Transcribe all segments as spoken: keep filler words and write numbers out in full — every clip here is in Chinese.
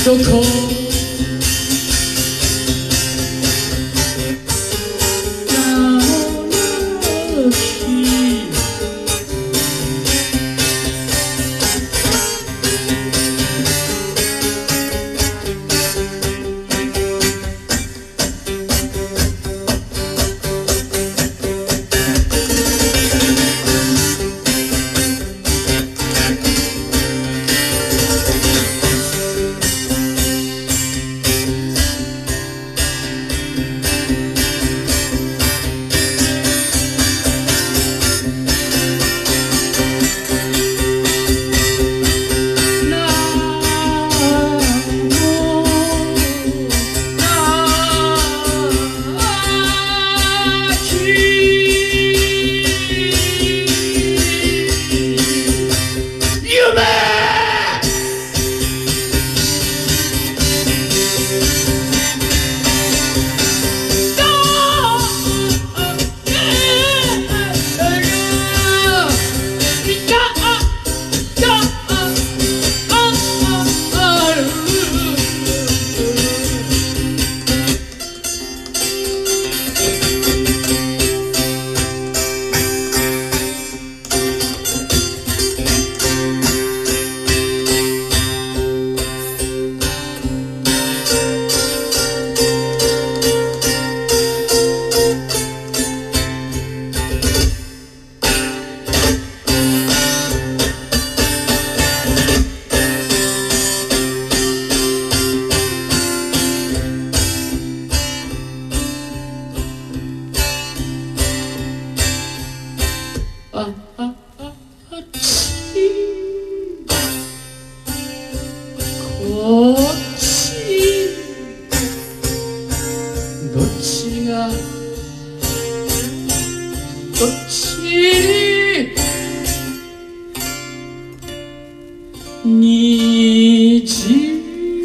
좋고 놓치가 놓치 니 집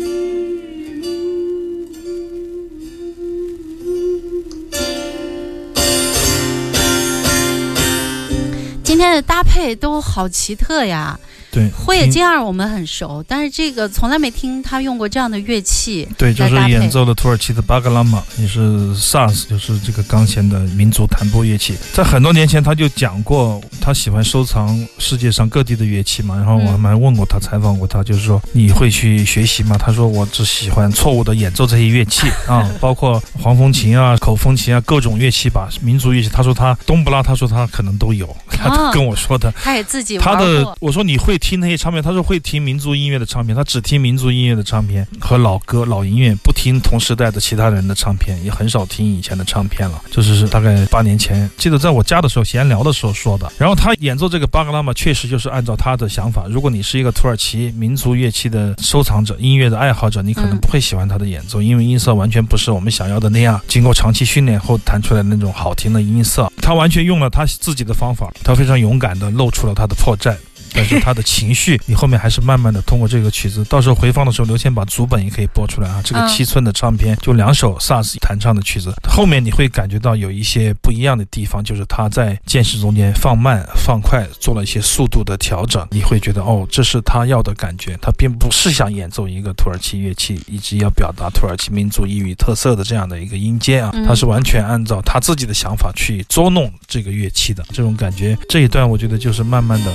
今天的搭配都好奇特呀。 对， 辉野金二我们很熟，但是这个从来没听他用过这样的乐器。 对，就是演奏的土耳其的巴格拉玛，也是萨斯，就是这个钢弦的民族弹拨乐器。在很多年前他就讲过，他喜欢收藏世界上各地的乐器嘛。然后我还问过他，采访过他，就是说你会去学习吗？他说我只喜欢错误的演奏这些乐器啊，包括黄风琴啊、口风琴啊，各种乐器吧，民族乐器。他说他冬不拉，他说他可能都有，他跟我说的。 哦、他也自己玩过。 他的我说你会听那些唱片，他说会听民族音乐的唱片，他只听民族音乐的唱片和老歌老音乐，不听同时代的其他人的唱片，也很少听以前的唱片了。就是大概八年前，记得在我家的时候闲聊的时候说的。然后他演奏这个巴格拉玛，确实就是按照他的想法。如果你是一个土耳其民族乐器的收藏者、音乐的爱好者，你可能不会喜欢他的演奏，因为音色完全不是我们想要的那样，经过长期训练后弹出来的那种好听的音色。他完全用了他自己的方法，他非常勇敢地露出了他的破绽。但是他的情绪，你后面还是慢慢的通过这个曲子，到时候回放的时候，刘谦把主本也可以播出来啊。这个七寸的唱片就两首萨斯弹唱的曲子，后面你会感觉到有一些不一样的地方，就是他在渐始中间放慢、放快，做了一些速度的调整，你会觉得哦，这是他要的感觉。他并不是想演奏一个土耳其乐器，以及要表达土耳其民族异域特色的这样的一个音阶啊，他是完全按照他自己的想法去捉弄这个乐器的，这种感觉。这一段我觉得就是慢慢的。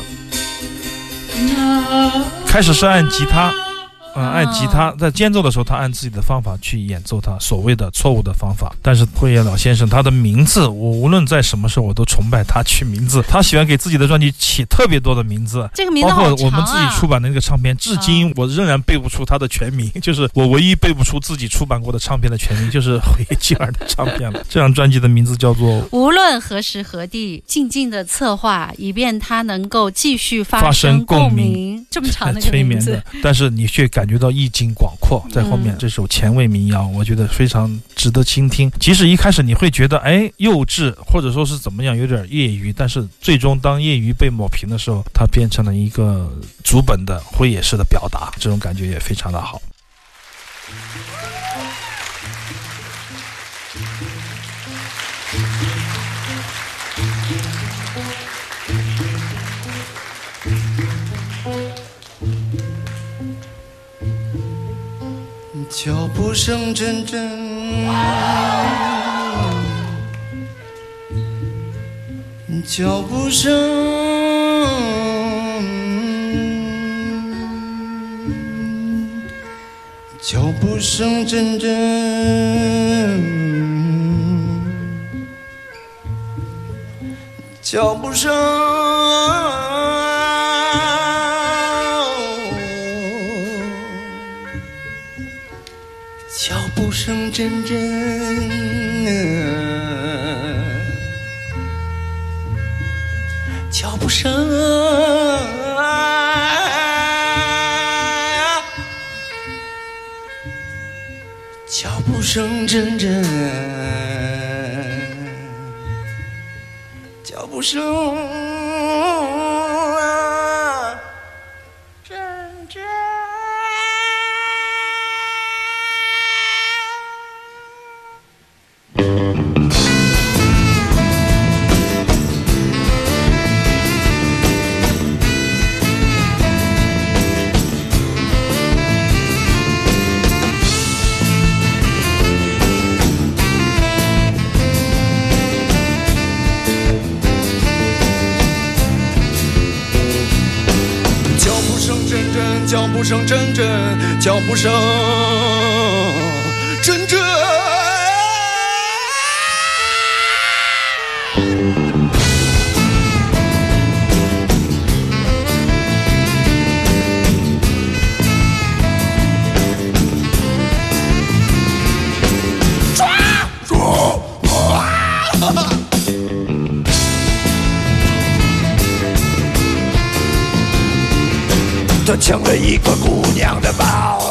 开始是按吉他，嗯，按吉他，在间奏的时候，他按自己的方法去演奏他所谓的错误的方法。但是辉野老先生他的名字，我无论在什么时候我都崇拜他取名字，他喜欢给自己的专辑起特别多的名字， 这个名字好长啊，包括我们自己出版的那个唱片，至今我仍然背不出他的全名，就是我唯一背不出自己出版过的唱片的全名，就是辉野金二的唱片了。这张专辑的名字叫做无论何时何地，静静的策划，以便它能够继续发生共鸣。这么长的一个名字，催眠的， 但是你却感觉到意境广阔。在后面这首前卫民谣，我觉得非常值得倾听。即使一开始你会觉得哎幼稚，或者说是怎么样，有点业余，但是最终当业余被抹平的时候，它变成了一个主本的辉野式的表达，这种感觉也非常的好。 脚步声阵阵，脚步声，脚步声阵阵，脚步声，脚步声阵阵，脚步声，脚步声阵阵，脚步声阵阵。脚步声阵阵，脚步声阵阵，抓住我！他抢了一个姑娘的包，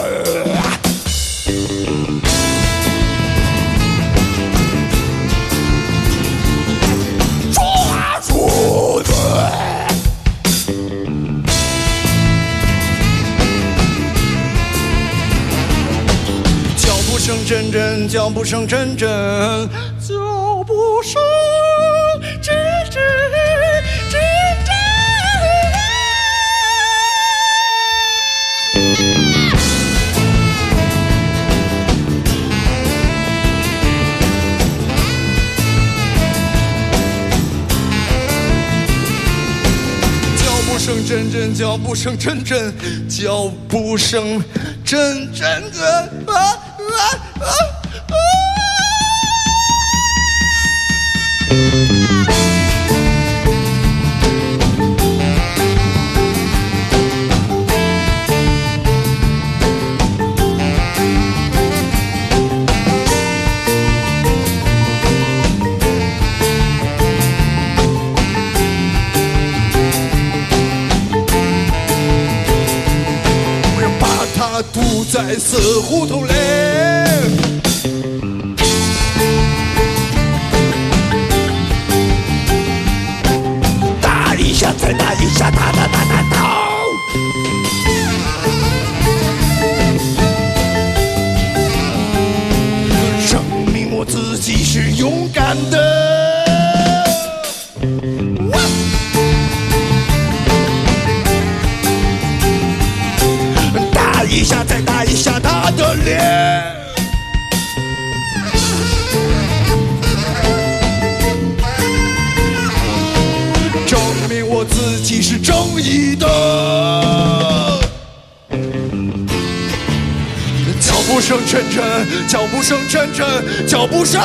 抓住他！脚步声阵阵，脚步声阵阵，脚步声阵阵。声阵阵，脚步声阵阵，脚步声阵阵啊啊啊啊！堵在死胡同里，打一下再打一下，打打打打打，证明我自己是勇敢的。一下再打一下他的脸，证明我自己是正义的。脚步声阵阵，脚步声阵阵，脚步声。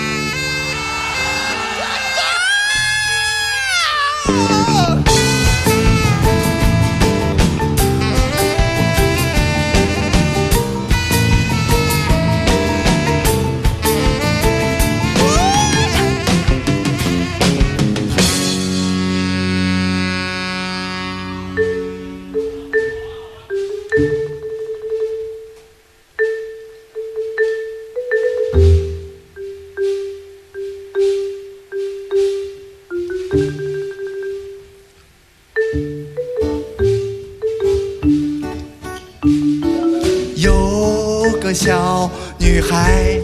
小女孩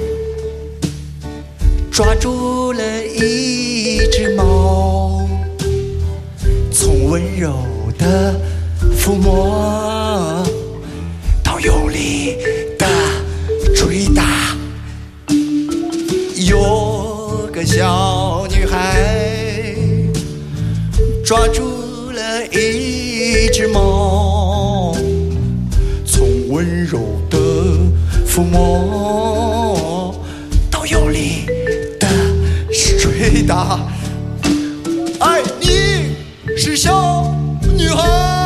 抓住了一只猫，从温柔的抚摸到用力的个小女孩抓住了一只猫，从温柔的抚摸到用力的捶打。哎，你是小女孩，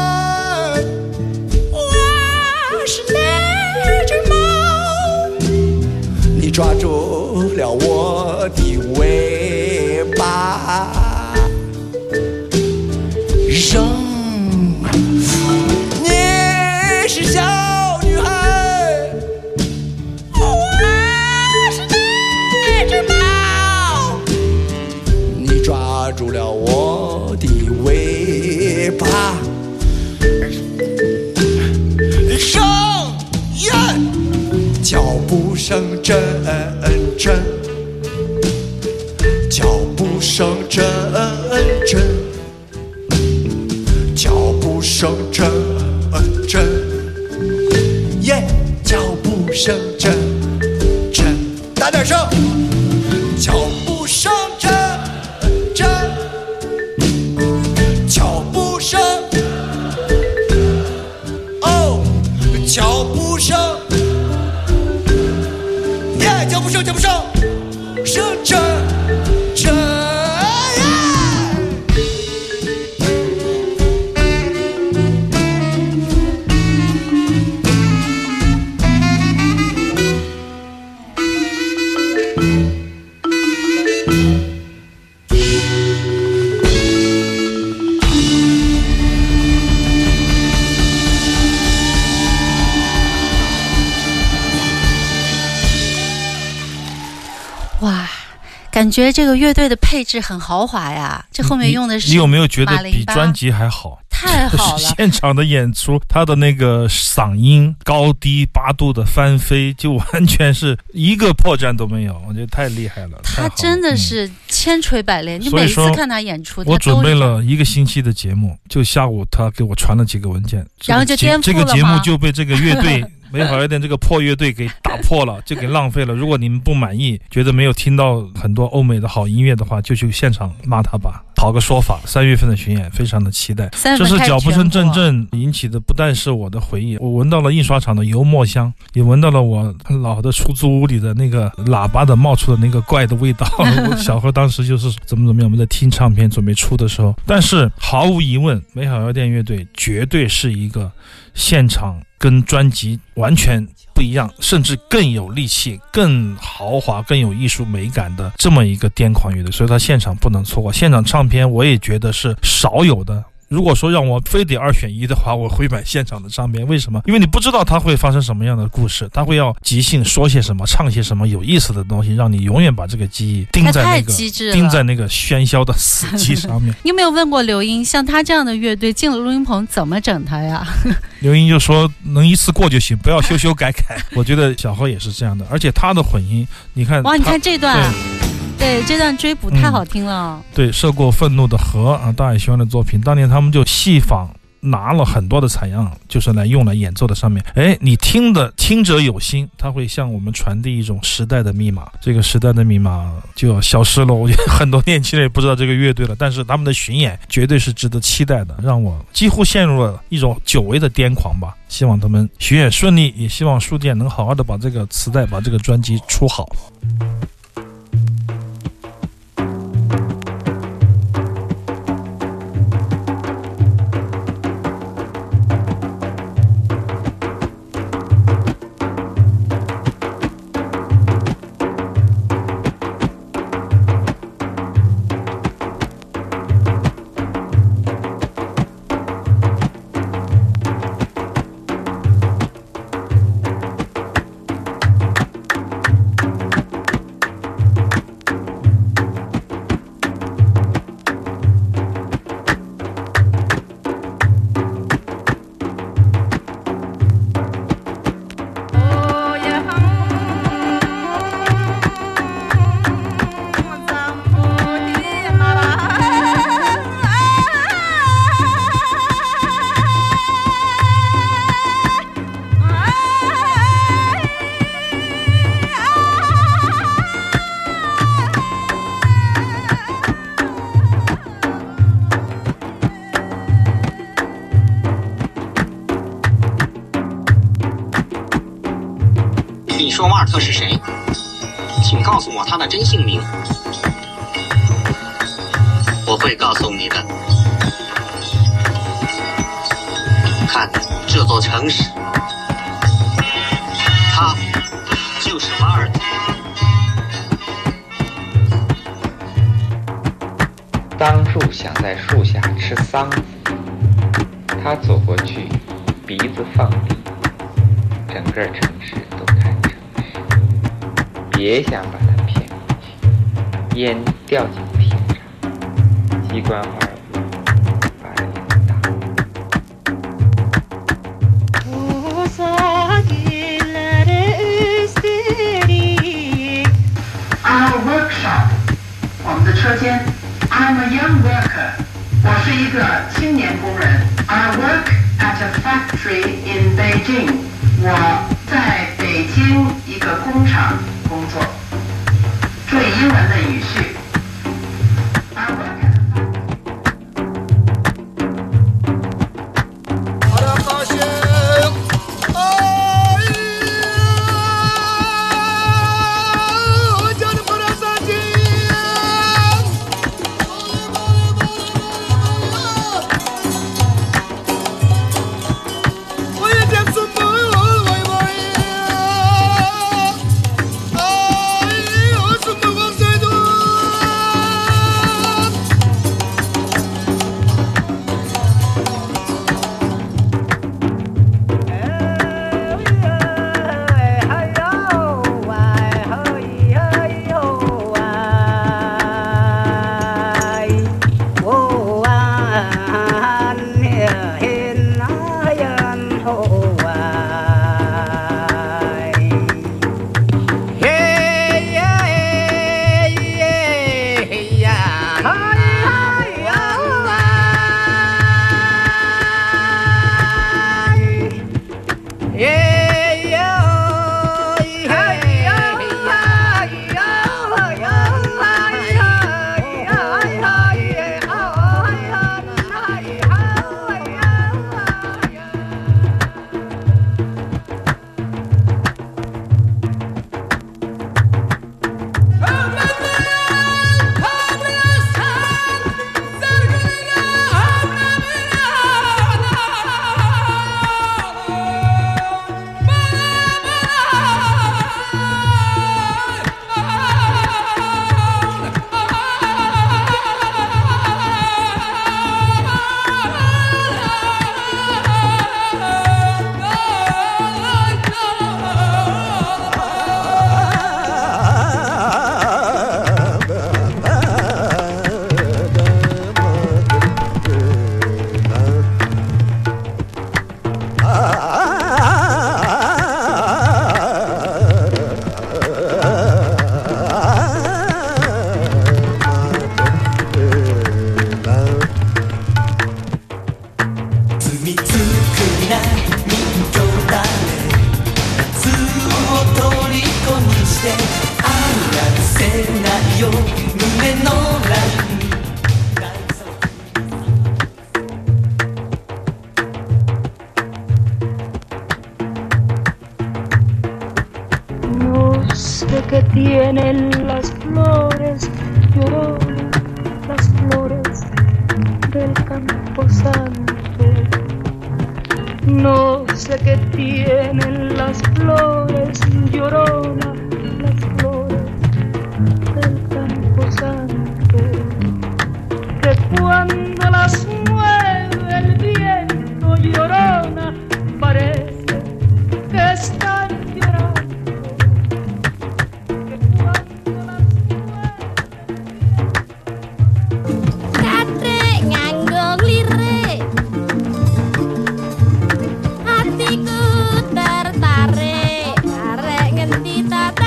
我是那只猫，你抓住了我的尾巴，扔。你是小女孩，我是那只猫，你抓住了我的尾巴，声音脚步声阵阵，脚步声阵阵，脚步声阵阵，耶，脚步声阵阵，大点声，脚步声阵阵，脚步声，哦，脚步声，耶，脚步声，脚步声，声阵阵。 哇，感觉这个乐队的配置很豪华呀，这后面用的是你有没有觉得比专辑还好？ 太好了！ 现场的演出，他的那个嗓音高低八度的翻飞，就完全是一个破绽都没有，我觉得太厉害了。 他真的是千锤百炼，你每次看他演出， 我准备了一个星期的节目，就下午他给我传了几个文件， 然后就颠覆了吗？ 这个节目就被这个乐队美好一点这个破乐队给打破了，就给浪费了。如果你们不满意，觉得没有听到很多欧美的好音乐的话，就去现场骂他吧，讨个说法。三月份的巡演非常的期待，这是脚步声阵阵引起的，不但是我的回忆，我闻到了印刷厂的油墨香，也闻到了我老的出租屋里的那个喇叭的冒出的那个怪的味道。小何当时就是怎么怎么样，我们在听唱片准备出的时候，但是毫无疑问，美好药店乐队绝对是一个现场跟专辑完全不一样，甚至更有力气、更豪华、更有艺术美感的这么一个癫狂乐队，所以他现场不能错过。现场唱片我也觉得是少有的，如果说让我非得二选一的话，我会买现场的唱片。为什么？因为你不知道它会发生什么样的故事，它会要即兴说些什么，唱些什么有意思的东西，让你永远把这个记忆盯在那个盯在那个喧嚣的死寂上面。 你有没有问过刘英，像他这样的乐队进了录音棚怎么整他呀？ 刘英就说能一次过就行，不要修修改改。我觉得小何也是这样的，而且他的混音，你看， 哇，你看这段。对，这段追捕太好听了。 嗯、对，涉过愤怒的河啊，大海希望的作品，当年他们就细仿拿了很多的采样，就是来用来演奏的上面。哎，你听的听者有心，他会向我们传递一种时代的密码，这个时代的密码就要消失了。我觉得很多年轻人也不知道这个乐队了，但是他们的巡演绝对是值得期待的，让我几乎陷入了一种久违的癫狂吧。希望他们巡演顺利，也希望书店能好好的把这个磁带把这个专辑出好。 说马尔特是谁？请告诉我他的真姓名。我会告诉你的。看这座城市，他就是马尔特。 桑树想在树下吃桑子，他走过去，鼻子放低，整个城市都看城市。别想把它骗过去，烟掉进天上，机关花把人打。 Our workshop， 我们的车间。I'm a young worker， 我是一个青年工人。I work at a factory in Beijing， 我在北京一个工厂工作。注意英文的语序。I work at a que tienen las flores lloronas, las flores del camposanto. No sé qué tienen las flores lloronas, las flores del camposanto, que cuando las mueve el viento llorona parece que están llorando. Hatiku tertarik, arek ngenti tak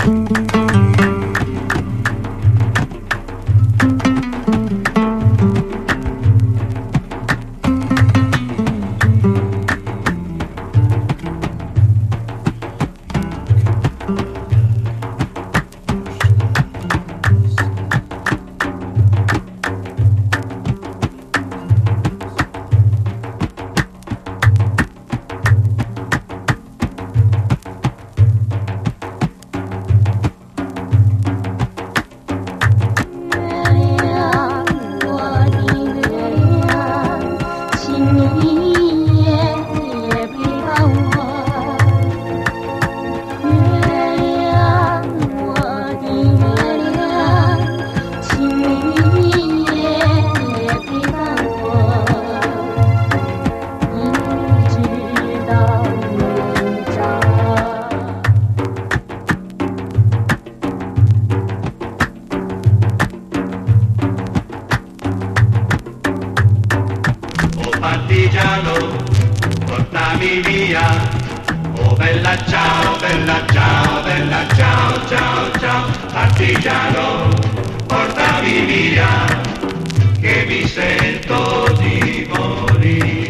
partigiano, portami via. Oh bella ciao, bella ciao, bella ciao, ciao, ciao. Partigiano, portami via, che mi sento di morire.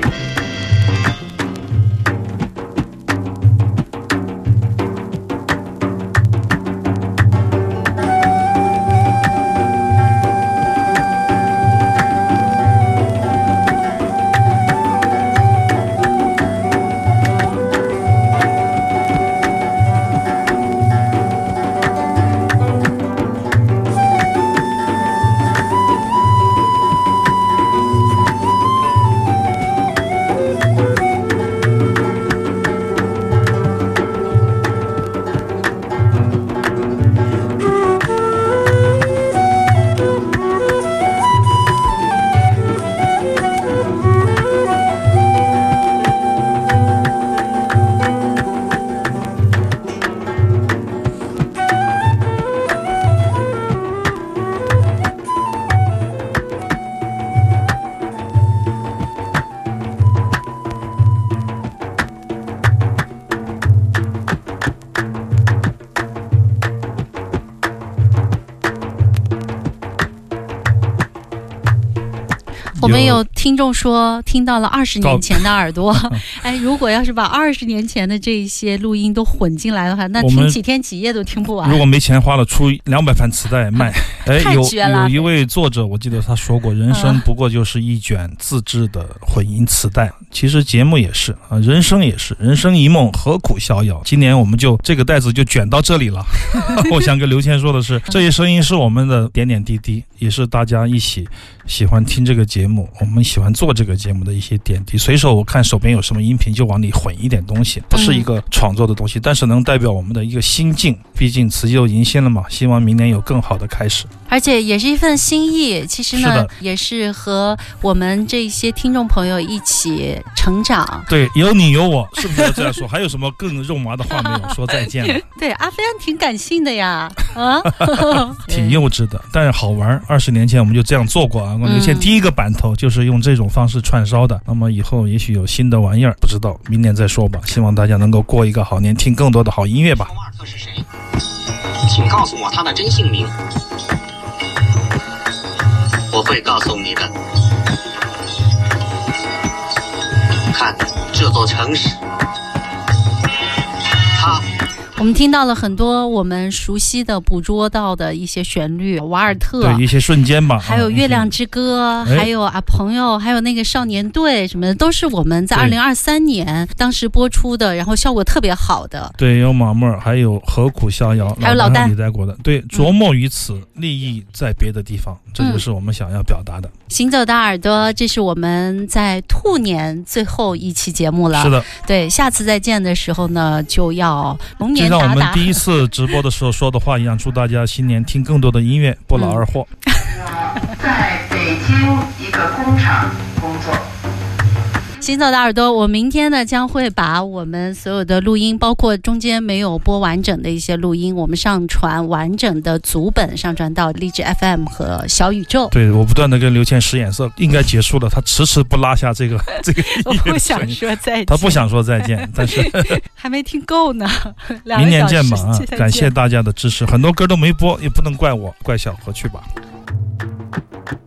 我们有听众说听到了二十年前的耳朵，哎，如果要是把二十年前的这一些录音都混进来的话，那听几天几夜都听不完。 如果没钱花了，出两百盘磁带卖。哎，有有一位作者，我记得他说过，人生不过就是一卷自制的混音磁带。其实节目也是啊，人生也是，人生一梦，何苦逍遥？今年我们就这个袋子就卷到这里了。我想跟刘谦说的是，这些声音是我们的点点滴滴，也是大家一起喜欢听这个节目，我们喜欢做这个节目的一些点滴。随手我看手边有什么音频就往里混一点东西，不是一个创作的东西，但是能代表我们的一个心境。毕竟辞旧迎新了嘛，希望明年有更好的开始， 而且也是一份心意。其实呢，也是和我们这些听众朋友一起成长。 对，有你有我，是不是要这样说？还有什么更肉麻的话没有？说再见了。 对，阿飞安挺感性的呀，啊， 挺幼稚的，但是好玩。二十年前我们就这样做过啊。刘谦第一个版头就是用这种方式串烧的。那么以后也许有新的玩意儿，不知道，明年再说吧。希望大家能够过一个好年，听更多的好音乐吧。 瓦尔特是谁？请告诉我他的真姓名。我会告诉你的。看这座城市，它。 我们听到了很多我们熟悉的、捕捉到的一些旋律，瓦尔特， 对一些瞬间吧， 还有《月亮之歌》嗯，还有啊朋友，还有那个少年队什么的，都是我们在二零二三年当时播出的，然后效果特别好的。 对，有马默，还有何苦逍遥， 还有老丹李代国的。对，琢磨于此，嗯、利益在别的地方，这就是我们想要表达的。 嗯、行走的耳朵，这是我们在兔年最后一期节目了。 是的，对， 下次再见的时候呢，就要龙年。 就像我们第一次直播的时候说的话一样，祝大家新年听更多的音乐，不劳而获。 我在北京一个工厂工作。 行走的耳朵，我明天呢将会把我们所有的录音，包括中间没有播完整的一些录音，我们上传完整的组本，上传到荔枝 F M 和小宇宙。 对，我不断的跟刘谦使眼色，应该结束了，他迟迟不拉下这个这个。 我不想说再见， 他不想说再见，但是还没听够呢。 明年见吧啊！感谢大家的支持，很多歌都没播，也不能怪我，怪小何去吧。